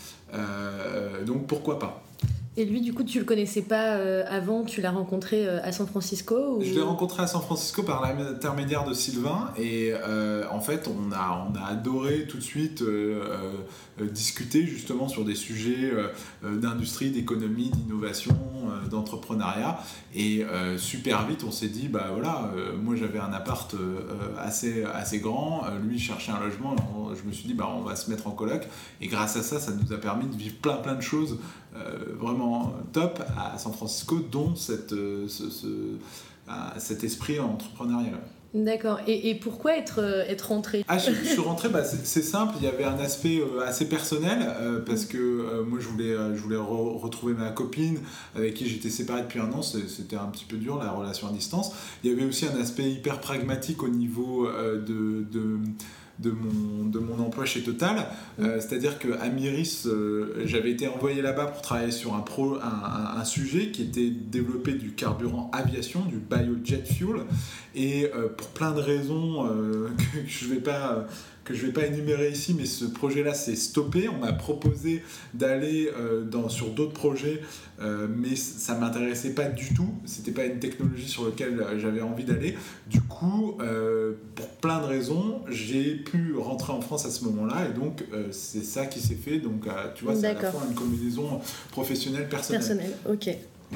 Euh, donc pourquoi pas ? Et lui, du coup, tu le connaissais pas euh, avant, tu l'as rencontré euh, à San Francisco ou... Je l'ai rencontré à San Francisco par l'intermédiaire de Sylvain, et euh, en fait, on a, on a adoré tout de suite euh, euh, discuter justement sur des sujets euh, d'industrie, d'économie, d'innovation, euh, d'entrepreneuriat, et euh, super vite, on s'est dit, bah voilà, euh, moi j'avais un appart euh, assez, assez grand, euh, lui cherchait un logement, alors, je me suis dit, bah on va se mettre en coloc, et grâce à ça, ça nous a permis de vivre plein plein de choses Euh, vraiment top à San Francisco, dont cette, euh, ce, ce, euh, cet esprit entrepreneurial. D'accord. Et, et pourquoi être, euh, être rentré ? Ah, je, je suis rentré, bah, c'est, c'est simple, il y avait un aspect euh, assez personnel, euh, parce que euh, moi je voulais, euh, je voulais re- retrouver ma copine avec qui j'étais séparé depuis un an, c'est, c'était un petit peu dur la relation à distance. Il y avait aussi un aspect hyper pragmatique au niveau euh, de... de De mon, de mon emploi chez Total, euh, c'est-à-dire qu'à Myris, euh, j'avais été envoyé là-bas pour travailler sur un, pro, un, un, un sujet qui était développé du carburant aviation, du biojet fuel, et euh, pour plein de raisons euh, que je ne vais pas... que je ne vais pas énumérer ici, mais ce projet-là s'est stoppé. On m'a proposé d'aller euh, dans, sur d'autres projets, euh, mais ça ne m'intéressait pas du tout. Ce n'était pas une technologie sur laquelle j'avais envie d'aller. Du coup, euh, pour plein de raisons, j'ai pu rentrer en France à ce moment-là, et donc euh, c'est ça qui s'est fait. Donc, euh, tu vois, c'est D'accord. à la fois une combinaison professionnelle, personnelle. Personnelle, ok.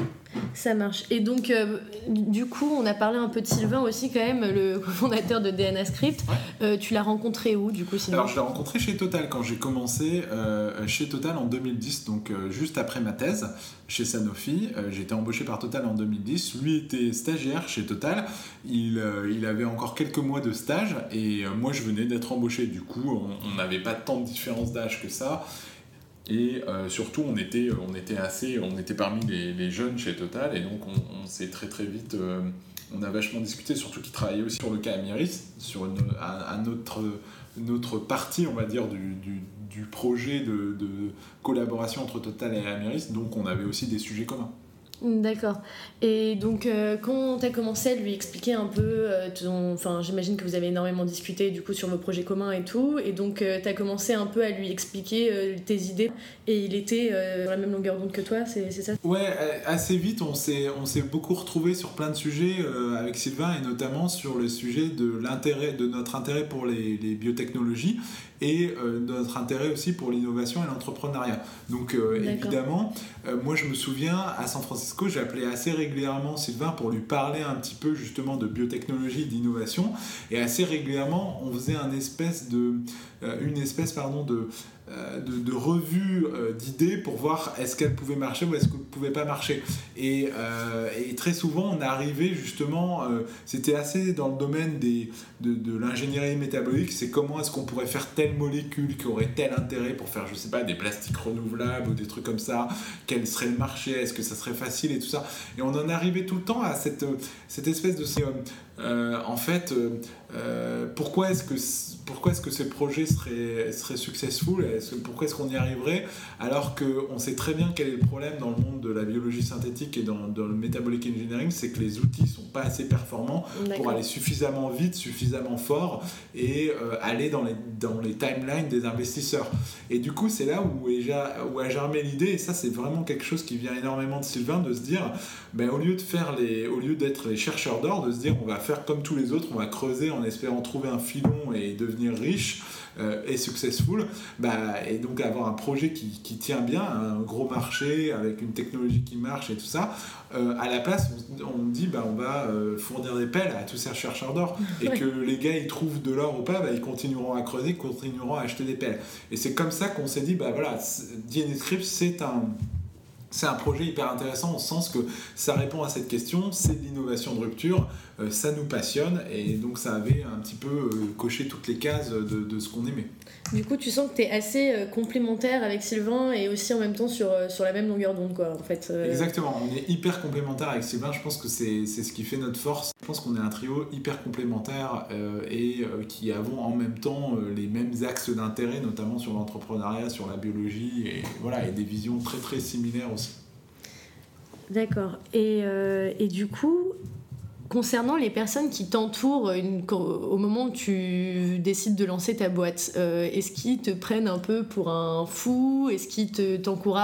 Ça marche. Et donc, euh, du coup, on a parlé un peu de Sylvain aussi, quand même, le cofondateur de D N A Script. Ouais. Euh, tu l'as rencontré où, du coup, Sylvain ? Alors, je l'ai rencontré chez Total quand j'ai commencé euh, chez Total en deux mille dix, donc euh, juste après ma thèse chez Sanofi. Euh, j'ai été embauché par Total en deux mille dix. Lui était stagiaire chez Total. Il, euh, il avait encore quelques mois de stage, et euh, moi, je venais d'être embauché. Du coup, on n'avait pas tant de différence d'âge que ça. Et euh, surtout, on était, on était assez, on était parmi les, les jeunes chez Total, et donc on, on s'est très très vite, euh, on a vachement discuté, surtout qu'il travaillait aussi sur le cas Myris, sur une, un, un autre, une autre partie, on va dire, du, du, du projet de, de collaboration entre Total et Myris, donc on avait aussi des sujets communs. D'accord. Et donc, euh, quand tu as commencé à lui expliquer un peu, euh, ton... enfin, j'imagine que vous avez énormément discuté du coup sur vos projets communs et tout, et donc euh, tu as commencé un peu à lui expliquer euh, tes idées, et il était euh, dans la même longueur d'onde que toi, c'est, c'est ça ? Ouais, assez vite, on s'est, on s'est beaucoup retrouvés sur plein de sujets euh, avec Sylvain, et notamment sur le sujet de, l'intérêt, de notre intérêt pour les, les biotechnologies, et euh, notre intérêt aussi pour l'innovation et l'entrepreneuriat. Donc euh, évidemment, euh, moi je me souviens, à San Francisco, j'appelais assez régulièrement Sylvain pour lui parler un petit peu justement de biotechnologie, d'innovation, et assez régulièrement on faisait un espèce de, euh, une espèce pardon, de, euh, de, de revue euh, d'idées pour voir est-ce qu'elle pouvait marcher ou est-ce qu'elle ne pouvait pas marcher. Et, euh, et très souvent on arrivait justement, euh, c'était assez dans le domaine des, de, de l'ingénierie métabolique, c'est comment est-ce qu'on pourrait faire telle molécule qui aurait tel intérêt pour faire, je sais pas, des plastiques renouvelables ou des trucs comme ça, quel serait le marché, est-ce que ça serait facile et tout ça. Et on en arrivait tout le temps à cette, cette espèce de... Euh, en fait, euh, pourquoi, est-ce que, pourquoi est-ce que ces projets seraient, seraient successful, est-ce, pourquoi est-ce qu'on y arriverait, alors qu'on sait très bien quel est le problème dans le monde de la biologie synthétique et dans, dans le metabolic engineering, c'est que les outils ne sont pas assez performants D'accord. pour aller suffisamment vite, suffisamment fort, et euh, aller dans les, dans les timelines des investisseurs. Et du coup, c'est là où, est, où a germé l'idée, et ça c'est vraiment quelque chose qui vient énormément de Sylvain, de se dire, ben, au lieu de faire les, au lieu d'être les chercheurs d'or, de se dire on va faire comme tous les autres, on va creuser en espérant trouver un filon et devenir riche euh, et successful, bah, et donc avoir un projet qui, qui tient bien, un gros marché avec une technologie qui marche et tout ça. Euh, à la place, on, on dit bah, on va euh, fournir des pelles à tous ces chercheurs d'or et que les gars ils trouvent de l'or ou pas, bah, ils continueront à creuser, continueront à acheter des pelles. Et c'est comme ça qu'on s'est dit bah voilà, D N A Scripts c'est un C'est un projet hyper intéressant au sens que ça répond à cette question, c'est de l'innovation de rupture, euh, ça nous passionne et donc ça avait un petit peu euh, coché toutes les cases de, de ce qu'on aimait. Du coup, tu sens que tu es assez euh, complémentaire avec Sylvain et aussi en même temps sur, euh, sur la même longueur d'onde, quoi, en fait. Euh... Exactement, on est hyper complémentaire avec Sylvain, je pense que c'est, c'est ce qui fait notre force. Je pense qu'on est un trio hyper complémentaire euh, et euh, qui avons en même temps euh, les mêmes axes d'intérêt, notamment sur l'entrepreneuriat, sur la biologie et, voilà, et des visions très très similaires aussi. D'accord. Et, euh, et du coup, concernant les personnes qui t'entourent une, au moment où tu décides de lancer ta boîte, euh, est-ce qu'ils te prennent un peu pour un fou ? Est-ce qu'ils te, t'encouragent ?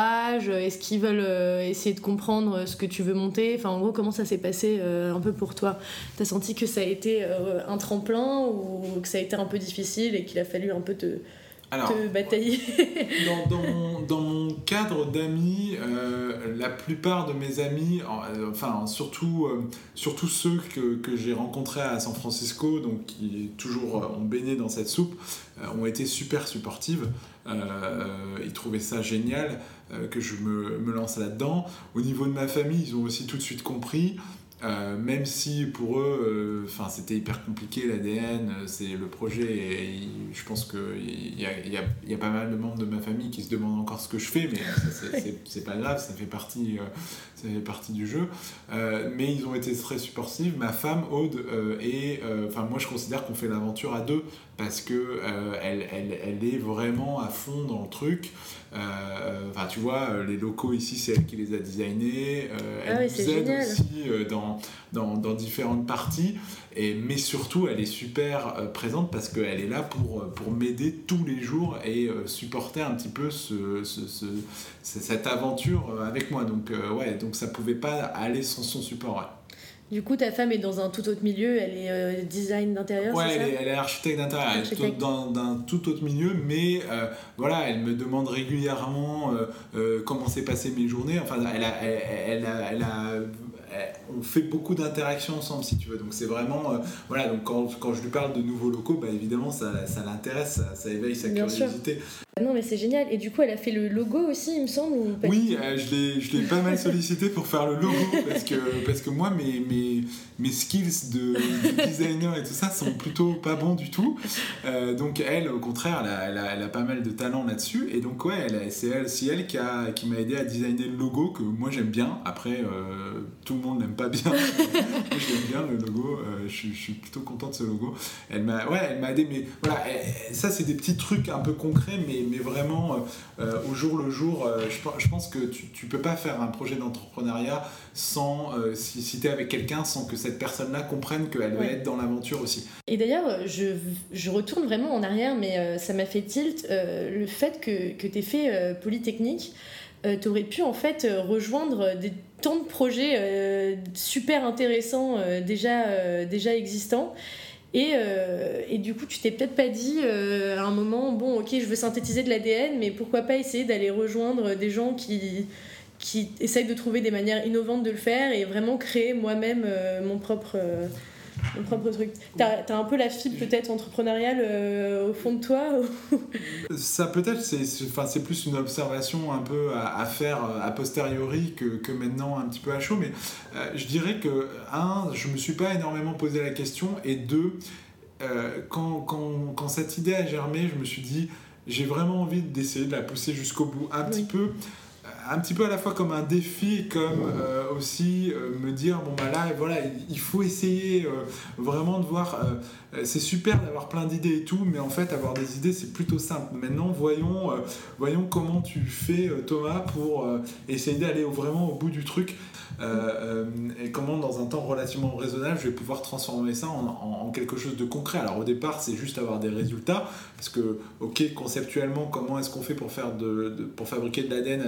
Est-ce qu'ils veulent euh, essayer de comprendre ce que tu veux monter ? Enfin, en gros, comment ça s'est passé euh, un peu pour toi ? T'as senti que ça a été euh, un tremplin ou que ça a été un peu difficile et qu'il a fallu un peu te... Alors, te batailler. dans, dans, mon, dans mon cadre d'amis, euh, la plupart de mes amis, euh, enfin surtout, euh, surtout ceux que, que j'ai rencontrés à San Francisco, donc qui toujours euh, ont baigné dans cette soupe, euh, ont été super supportives. Euh, ils trouvaient ça génial euh, que je me, me lance là-dedans. Au niveau de ma famille, ils ont aussi tout de suite compris. Euh, même si pour eux, euh, c'était hyper compliqué l'A D N, c'est le projet, et, et je pense qu'il y a, y, a, y a pas mal de membres de ma famille qui se demandent encore ce que je fais, mais ça, c'est, c'est, c'est pas grave, ça fait partie, euh, ça fait partie du jeu. Euh, mais ils ont été très supportifs. Ma femme, Aude, euh, et enfin euh, moi je considère qu'on fait l'aventure à deux, parce que euh, elle, elle, elle est vraiment à fond dans le truc. Enfin, euh, tu vois, les locaux ici, c'est elle qui les a designés. Euh, elle ah oui, nous aide génial. aussi euh, dans, dans, dans différentes parties. Et, mais surtout, elle est super euh, présente parce qu'elle est là pour, pour m'aider tous les jours et euh, supporter un petit peu ce, ce, ce, cette aventure avec moi. Donc, euh, ouais, donc ça pouvait pas aller sans son support. Ouais. Du coup, ta femme est dans un tout autre milieu, elle est euh, design d'intérieur, ouais, c'est elle ça ? est, elle est architecte d'intérieur, architecte. elle est dans, dans un tout autre milieu, mais euh, voilà, elle me demande régulièrement euh, euh, comment s'est passé mes journées. Enfin, elle a, elle, elle a, elle a, elle, on fait beaucoup d'interactions ensemble, si tu veux. Donc c'est vraiment, euh, voilà. Donc quand, quand je lui parle de nouveaux locaux, bah évidemment, ça, ça l'intéresse, ça, ça éveille sa Bien curiosité. Sûr. Non mais c'est génial. Et du coup elle a fait le logo aussi, il me semble, ou pas? Oui, euh, je, l'ai, je l'ai pas mal sollicité pour faire le logo parce que, parce que moi mes, mes, mes skills de, de designer et tout ça sont plutôt pas bons du tout. Euh, donc elle au contraire elle a, elle, a, elle a pas mal de talent là-dessus et donc ouais elle a, c'est elle, c'est elle qui, a, qui m'a aidé à designer le logo que moi j'aime bien. Après euh, tout le monde n'aime pas bien. Moi j'aime bien le logo, euh, je, je suis plutôt content de ce logo. Elle m'a, ouais, elle m'a aidé, mais voilà, elle, ça c'est des petits trucs un peu concrets mais mais vraiment euh, au jour le jour euh, je, je pense que tu, tu peux pas faire un projet d'entrepreneuriat sans euh, si, si tu es avec quelqu'un sans que cette personne là comprenne qu'elle ouais. va être dans l'aventure aussi. Et d'ailleurs je, je retourne vraiment en arrière mais euh, ça m'a fait tilt euh, le fait que, que tu aies fait euh, Polytechnique. Euh, tu aurais pu en fait euh, rejoindre des tant de projets euh, super intéressants euh, déjà, euh, déjà existants. Et, euh, et du coup, tu t'es peut-être pas dit euh, à un moment, bon, ok, je veux synthétiser de l'A D N, mais pourquoi pas essayer d'aller rejoindre des gens qui, qui essayent de trouver des manières innovantes de le faire et vraiment créer moi-même euh, mon propre, euh, mon propre truc. T'as, t'as un peu la fibre peut-être entrepreneuriale euh, au fond de toi ou... Ça peut-être, c'est, c'est, enfin, c'est plus une observation un peu à, à faire a posteriori que, que maintenant un petit peu à chaud, mais euh, je dirais que, un, je me suis pas énormément posé la question, et deux, euh, quand, quand, quand cette idée a germé, je me suis dit, j'ai vraiment envie d'essayer de la pousser jusqu'au bout, un oui. petit peu un petit peu à la fois comme un défi, comme euh, aussi euh, me dire bon bah là voilà il faut essayer euh, vraiment de voir euh, c'est super d'avoir plein d'idées et tout mais en fait avoir des idées c'est plutôt simple. Maintenant voyons euh, voyons comment tu fais euh, Thomas pour euh, essayer d'aller vraiment au bout du truc euh, euh, et comment dans un temps relativement raisonnable je vais pouvoir transformer ça en, en, en quelque chose de concret. Alors au départ c'est juste avoir des résultats parce que ok conceptuellement comment est-ce qu'on fait pour faire de, de pour fabriquer de l'A D N avec des enzymes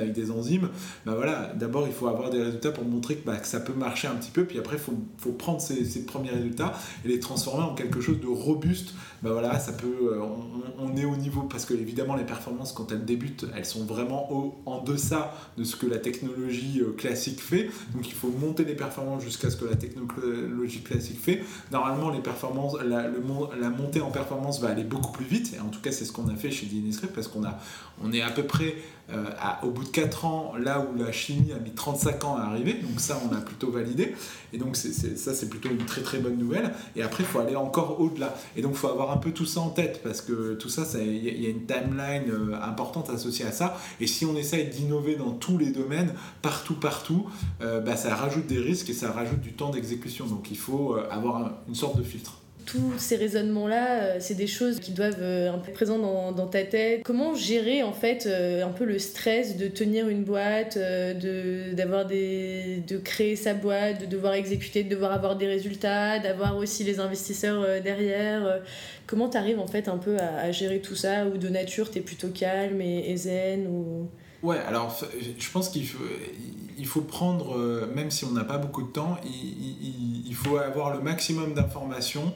enzyme, bah voilà, d'abord il faut avoir des résultats pour montrer que, bah, que ça peut marcher un petit peu, puis après il faut, faut prendre ces, ces premiers résultats et les transformer en quelque chose de robuste. Bah voilà, ça peut, on, on est au niveau, parce que évidemment les performances quand elles débutent, elles sont vraiment au, en deçà de ce que la technologie classique fait, donc il faut monter les performances jusqu'à ce que la technologie classique fait. Normalement les performances, la, le, la montée en performance va aller beaucoup plus vite, et en tout cas c'est ce qu'on a fait chez D N A Script, parce qu'on a, on est à peu près euh, à, au bout de quatre ans, là où la chimie a mis trente-cinq ans à arriver, donc ça on a plutôt validé, et donc c'est, c'est, ça c'est plutôt une très très bonne nouvelle, et après il faut aller encore au-delà, et donc il faut avoir un peu tout ça en tête, parce que tout ça, il y, y a une timeline euh, importante associée à ça, et si on essaye d'innover dans tous les domaines, partout partout, euh, bah, ça rajoute des risques et ça rajoute du temps d'exécution, donc il faut euh, avoir un, une sorte de filtre. Tous ces raisonnements-là, c'est des choses qui doivent être un peu présentes dans, dans ta tête. Comment gérer en fait un peu le stress de tenir une boîte, de, d'avoir des, de créer sa boîte, de devoir exécuter, de devoir avoir des résultats, d'avoir aussi les investisseurs derrière. Comment tu arrives en fait un peu à, à gérer tout ça, ou de nature tu es plutôt calme et, et zen ou... Ouais, alors je pense qu'il faut, il faut prendre, même si on n'a pas beaucoup de temps, il, il, il faut avoir le maximum d'informations.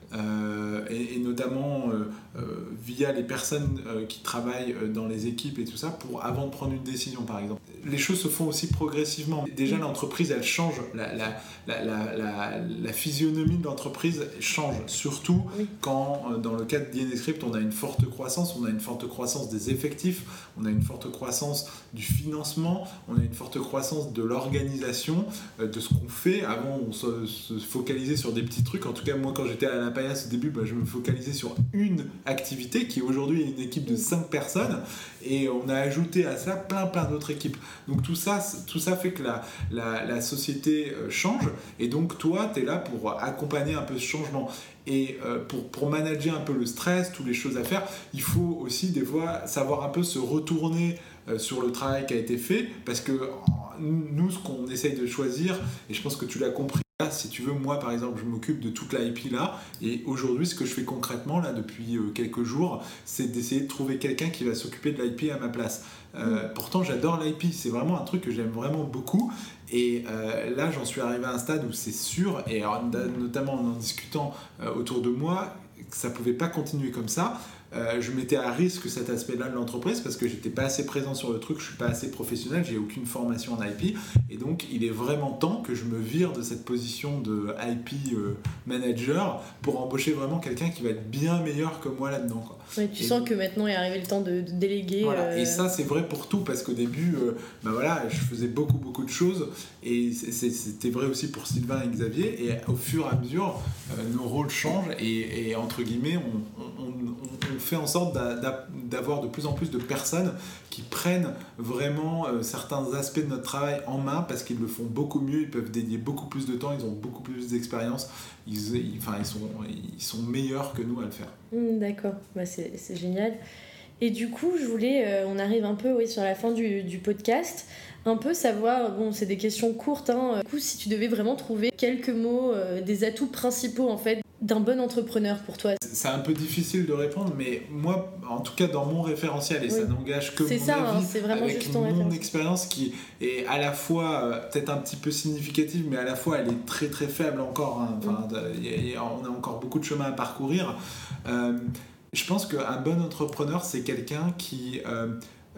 Euh, et, et notamment euh, euh, via les personnes euh, qui travaillent dans les équipes et tout ça, pour, avant de prendre une décision par exemple. Les choses se font aussi progressivement. Déjà l'entreprise elle change, la, la, la, la, la, la physionomie de l'entreprise change, surtout oui. quand euh, dans le cas de D N A Script on a une forte croissance, on a une forte croissance des effectifs, on a une forte croissance du financement, on a une forte croissance de l'organisation, euh, de ce qu'on fait. Avant on se, se focalisait sur des petits trucs, en tout cas moi quand j'étais à la Paillasse au début, bah, je me focalisais sur une activité qui aujourd'hui est une équipe de cinq personnes, et on a ajouté à ça plein plein d'autres équipes. Donc tout ça, tout ça fait que la, la, la société change, et donc toi tu es là pour accompagner un peu ce changement. Et euh, pour, pour manager un peu le stress, toutes les choses à faire, il faut aussi des fois savoir un peu se retourner euh, sur le travail qui a été fait, parce que nous ce qu'on essaye de choisir, et je pense que tu l'as compris, là, si tu veux, moi par exemple je m'occupe de toute l'I P là, et aujourd'hui ce que je fais concrètement là depuis euh, quelques jours, c'est d'essayer de trouver quelqu'un qui va s'occuper de l'I P à ma place. Euh, mmh. Pourtant j'adore l'I P, c'est vraiment un truc que j'aime vraiment beaucoup, et euh, là j'en suis arrivé à un stade où c'est sûr, et alors, notamment en en discutant euh, autour de moi, que ça pouvait pas continuer comme ça. Euh, je mettais à risque cet aspect-là de l'entreprise parce que j'étais pas assez présent sur le truc, je suis pas assez professionnel, j'ai aucune formation en I P, et donc il est vraiment temps que je me vire de cette position de I P euh, manager pour embaucher vraiment quelqu'un qui va être bien meilleur que moi là-dedans, quoi. Ouais, tu et sens donc, que maintenant est arrivé le temps de, de déléguer. Voilà. Euh... Et ça c'est vrai pour tout, parce qu'au début euh, ben voilà, je faisais beaucoup beaucoup de choses, et c'est, c'était vrai aussi pour Sylvain et Xavier, et au fur et à mesure euh, nos rôles changent, et, et entre guillemets on, on, on, on fait en sorte d'a, d'a, d'avoir de plus en plus de personnes qui prennent vraiment euh, certains aspects de notre travail en main, parce qu'ils le font beaucoup mieux, ils peuvent dédier beaucoup plus de temps, ils ont beaucoup plus d'expérience, ils, ils, enfin, ils, sont, ils sont meilleurs que nous à le faire. Mmh, d'accord, bah, c'est, c'est génial. Et du coup, je voulais, euh, on arrive un peu oui, sur la fin du, du podcast, un peu savoir, bon, c'est des questions courtes, hein, du coup, si tu devais vraiment trouver quelques mots, euh, des atouts principaux en fait d'un bon entrepreneur pour toi. C'est un peu difficile de répondre, mais moi, en tout cas dans mon référentiel, et oui. ça n'engage que c'est mon ça, avis, hein, c'est vraiment avec juste ton mon référence. expérience qui est à la fois euh, peut-être un petit peu significative, mais à la fois elle est très très faible encore, hein. Enfin, mm. y a, y a, on a encore beaucoup de chemin à parcourir. Euh, je pense qu'un bon entrepreneur, c'est quelqu'un qui... Euh,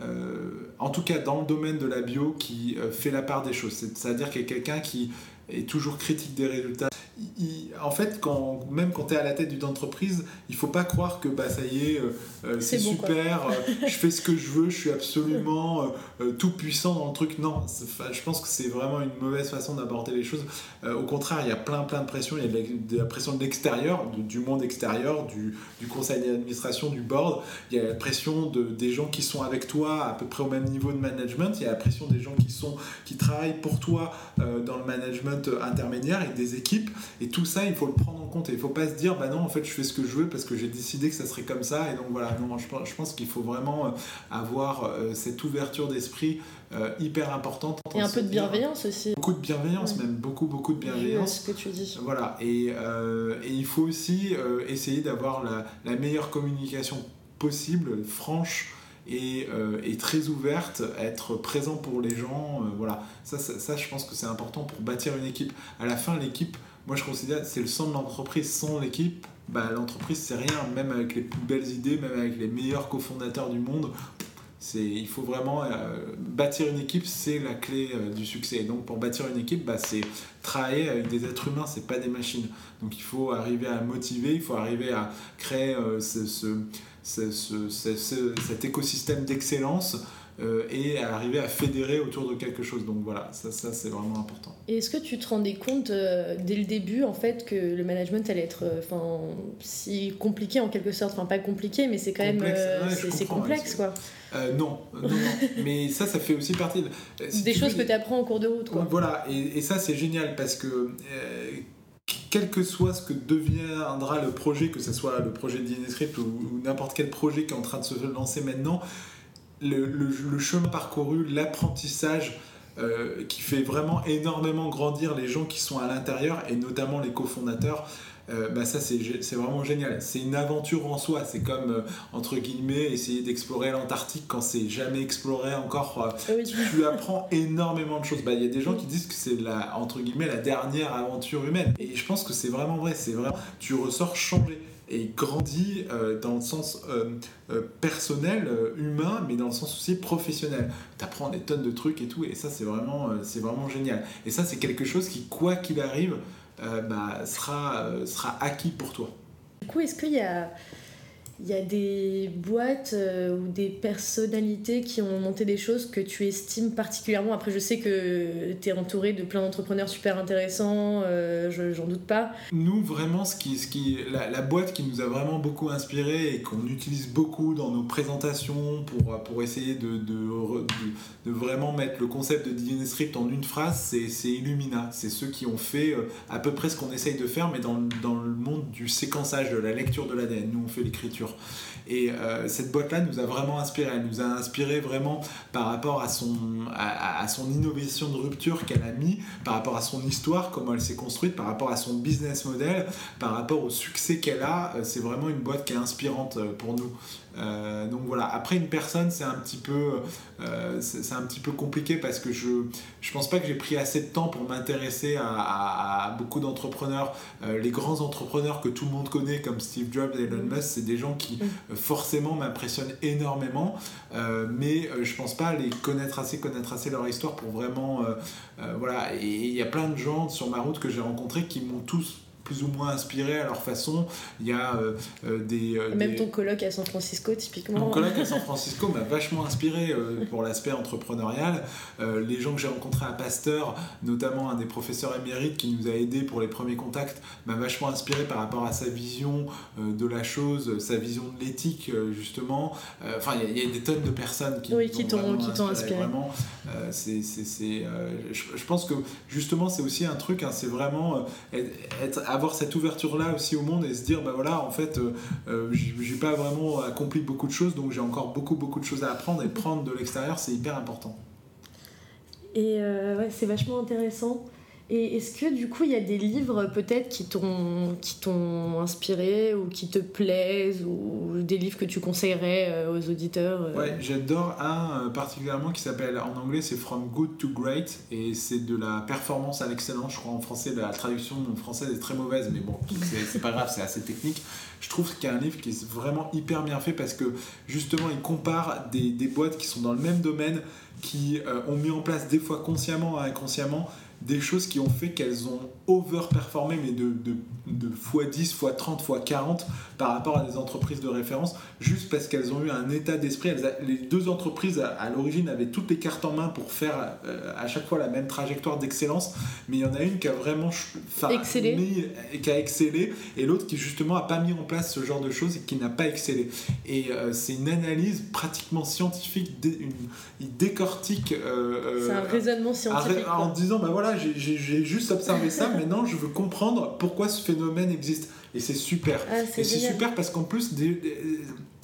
Euh, en tout cas dans le domaine de la bio, qui euh, fait la part des choses, c'est, c'est-à-dire qu'il y a quelqu'un qui est toujours critique des résultats. Il, il, en fait, quand, même quand tu es à la tête d'une entreprise, il faut pas croire que bah, ça y est, euh, c'est, c'est bon, super, euh, je fais ce que je veux, je suis absolument euh, euh, tout puissant dans le truc. Non, je pense que c'est vraiment une mauvaise façon d'aborder les choses. Euh, au contraire, il y a plein plein de pression, il y a de la, de la pression de l'extérieur, de, du monde extérieur, du, du conseil d'administration, du board, il y a la pression de, des gens qui sont avec toi à peu près au même niveau de management, il y a la pression des gens qui, sont, qui travaillent pour toi euh, dans le management intermédiaire et des équipes, et tout ça il faut le prendre en compte, et il faut pas se dire bah non en fait je fais ce que je veux parce que j'ai décidé que ça serait comme ça, et donc voilà, non, je, je pense qu'il faut vraiment avoir euh, cette ouverture d'esprit euh, hyper importante, et un peu de bienveillance aussi, beaucoup de bienveillance, ouais. même beaucoup beaucoup de bienveillance, ce que tu dis, voilà, et, euh, et il faut aussi euh, essayer d'avoir la, la meilleure communication possible, franche et, euh, et très ouverte, être présent pour les gens. Euh, voilà, ça, ça, ça, je pense que c'est important pour bâtir une équipe. À la fin, l'équipe, moi je considère que c'est le sang de l'entreprise. Sans l'équipe, bah, l'entreprise c'est rien, même avec les plus belles idées, même avec les meilleurs cofondateurs du monde. C'est, il faut vraiment euh, bâtir une équipe, c'est la clé euh, du succès. Et donc pour bâtir une équipe, bah, c'est travailler avec des êtres humains, c'est pas des machines. Donc il faut arriver à motiver, il faut arriver à créer euh, ce, ce, ce, ce, ce, ce, cet écosystème d'excellence euh, et à arriver à fédérer autour de quelque chose. Donc voilà, ça, ça c'est vraiment important. Et est-ce que tu te rendais compte euh, dès le début en fait que le management allait être euh, si compliqué en quelque sorte, enfin pas compliqué mais c'est quand complexe. même euh, ouais, c'est, c'est complexe ouais, quoi. Euh, non, non, non, mais ça, ça fait aussi partie de... Si des choses veux, que tu apprends en cours de route, quoi. Voilà, et, et ça, c'est génial parce que euh, quel que soit ce que deviendra le projet, que ce soit le projet de DNScript ou, ou n'importe quel projet qui est en train de se lancer maintenant, le, le, le chemin parcouru, l'apprentissage euh, qui fait vraiment énormément grandir les gens qui sont à l'intérieur et notamment les cofondateurs. Euh, bah ça c'est, c'est vraiment génial, c'est une aventure en soi, c'est comme euh, entre guillemets essayer d'explorer l'Antarctique quand c'est jamais exploré encore, euh, oui. tu, tu apprends énormément de choses. Bah, y a des gens qui disent que c'est la, entre guillemets la dernière aventure humaine et je pense que c'est vraiment vrai, c'est vraiment, tu ressors changé et grandi euh, dans le sens euh, euh, personnel, euh, humain, mais dans le sens aussi professionnel. Tu apprends des tonnes de trucs et tout, et ça c'est vraiment, euh, c'est vraiment génial. Et ça c'est quelque chose qui, quoi qu'il arrive, Euh, bah, sera, euh, sera acquis pour toi. Du coup, est-ce qu'il y a, il y a des boîtes euh, ou des personnalités qui ont monté des choses que tu estimes particulièrement ? Après, je sais que tu es entouré de plein d'entrepreneurs super intéressants, euh, je, j'en doute pas. Nous, vraiment, ce qui, ce qui, la, la boîte qui nous a vraiment beaucoup inspiré et qu'on utilise beaucoup dans nos présentations pour, pour essayer de, de, de, de vraiment mettre le concept de DNScript en une phrase, c'est, c'est Illumina. C'est ceux qui ont fait euh, à peu près ce qu'on essaye de faire, mais dans, dans le monde du séquençage, de la lecture de l'A D N. Nous, on fait l'écriture. Et euh, cette boîte-là nous a vraiment inspiré. Elle nous a inspiré vraiment par rapport à son, à, à son innovation de rupture qu'elle a mis, par rapport à son histoire, comment elle s'est construite, par rapport à son business model, par rapport au succès qu'elle a. C'est vraiment une boîte qui est inspirante pour nous. Euh, donc voilà. Après, une personne, c'est un petit peu, euh, c'est, c'est un petit peu compliqué parce que je, je pense pas que j'ai pris assez de temps pour m'intéresser à, à, à beaucoup d'entrepreneurs. Euh, les grands entrepreneurs que tout le monde connaît, comme Steve Jobs et Elon Musk, c'est des gens qui euh, forcément m'impressionnent énormément, euh, mais euh, je pense pas les connaître assez, connaître assez leur histoire pour vraiment, euh, euh, voilà. Et il y a plein de gens sur ma route que j'ai rencontrés qui m'ont tous plus ou moins inspirés à leur façon. Il y a euh, euh, des... Euh, Même des... ton coloc à San Francisco, typiquement. Mon coloc à San Francisco m'a vachement inspiré euh, pour l'aspect entrepreneurial. Euh, les gens que j'ai rencontrés à Pasteur, notamment un des professeurs émérites qui nous a aidés pour les premiers contacts, m'a vachement inspiré par rapport à sa vision euh, de la chose, sa vision de l'éthique, euh, justement. Enfin, euh, il y, y a des tonnes de personnes qui, oui, qui, t'ont, qui t'ont inspiré. Vraiment, euh, c'est, c'est, c'est, euh, je, je pense que, justement, c'est aussi un truc, hein, c'est vraiment euh, être, avoir cette ouverture-là aussi au monde et se dire, bah voilà, en fait, euh, euh, j'ai, j'ai pas vraiment accompli beaucoup de choses, donc j'ai encore beaucoup, beaucoup de choses à apprendre, et prendre de l'extérieur, c'est hyper important. Et euh, ouais, c'est vachement intéressant. Et est-ce que du coup il y a des livres peut-être qui t'ont, qui t'ont inspiré ou qui te plaisent, ou des livres que tu conseillerais euh, aux auditeurs euh... Ouais, j'adore un euh, particulièrement qui s'appelle, en anglais c'est From Good to Great, et c'est de la performance à l'excellence. Je crois en français, la traduction française est très mauvaise, mais bon, c'est, c'est pas grave, c'est assez technique. Je trouve qu'il y a un livre qui est vraiment hyper bien fait parce que justement il compare des, des boîtes qui sont dans le même domaine, qui euh, ont mis en place des fois consciemment ou inconsciemment des choses qui ont fait qu'elles ont overperformé, mais de, de, de fois dix, fois trente, fois quarante par rapport à des entreprises de référence, juste parce qu'elles ont eu un état d'esprit. Elles a, les deux entreprises à, à l'origine avaient toutes les cartes en main pour faire euh, à chaque fois la même trajectoire d'excellence, mais il y en a une qui a vraiment excellé, mis, qui a excellé, et l'autre qui justement a pas mis en place ce genre de choses et qui n'a pas excellé. Et euh, c'est une analyse pratiquement scientifique, dé, une, il décortique euh, c'est un raisonnement scientifique à, en disant bah voilà, j'ai, j'ai, j'ai juste observé ça, maintenant je veux comprendre pourquoi ce phénomène existe, et c'est super. Ah, c'est et c'est génial. super parce qu'en plus des, des,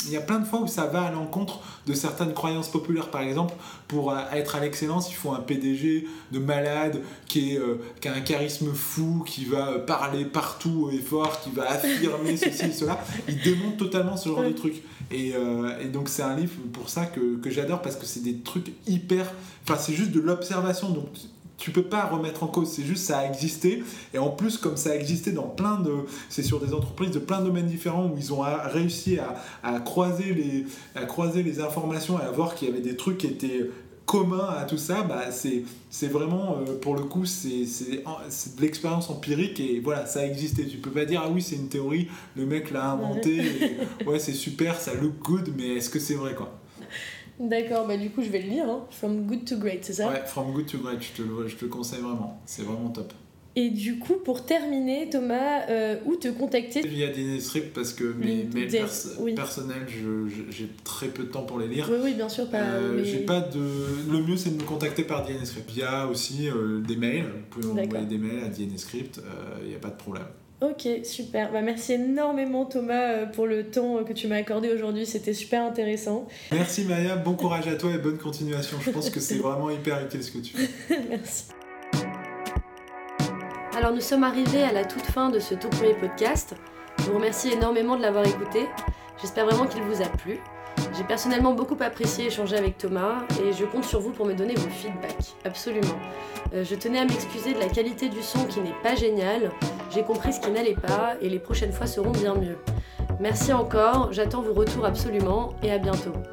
il y a plein de fois où ça va à l'encontre de certaines croyances populaires. Par exemple, pour être à l'excellence, il faut un P D G de malade qui, est, euh, qui a un charisme fou, qui va parler partout et fort, qui va affirmer ceci et cela. Il démonte totalement ce genre ouais. de trucs. Et, euh, et donc c'est un livre pour ça que, que j'adore, parce que c'est des trucs hyper... Enfin, c'est juste de l'observation, donc tu peux pas remettre en cause, c'est juste ça a existé. Et en plus, comme ça a existé dans plein de... C'est sur des entreprises de plein de domaines différents où ils ont réussi à, à, croiser, les, à croiser les informations et à voir qu'il y avait des trucs qui étaient communs à tout ça, bah c'est, c'est vraiment, euh, pour le coup, c'est, c'est, c'est de l'expérience empirique et voilà, ça a existé. Tu peux pas dire, ah oui, c'est une théorie, le mec l'a inventé, et, ouais, c'est super, ça look good, mais est-ce que c'est vrai, quoi? D'accord, bah du coup je vais le lire, hein. From Good to Great, c'est ça? Ouais, From Good to Great, je te le, je te le conseille vraiment, c'est vraiment top. Et du coup, pour terminer, Thomas, euh, où te contacter? Via DNScript, parce que mes mails pers- oui. personnels, je, je, j'ai très peu de temps pour les lire. Oui, oui, bien sûr. Pas, euh, mais... j'ai pas de... Le mieux, c'est de me contacter par DNScript. Il y a aussi euh, des mails, vous pouvez m'envoyer des mails à DNScript, il euh, n'y a pas de problème. Ok, super. Bah, merci énormément Thomas pour le temps que tu m'as accordé aujourd'hui, c'était super intéressant. Merci Maya, bon courage à toi et bonne continuation. Je pense que c'est vraiment hyper utile ce que tu fais. Merci. Alors nous sommes arrivés à la toute fin de ce tout premier podcast. Je vous remercie énormément de l'avoir écouté. J'espère vraiment qu'il vous a plu. J'ai personnellement beaucoup apprécié échanger avec Thomas et je compte sur vous pour me donner vos feedbacks. Absolument. Euh, je tenais à m'excuser de la qualité du son qui n'est pas géniale. J'ai compris ce qui n'allait pas et les prochaines fois seront bien mieux. Merci encore, j'attends vos retours absolument et à bientôt.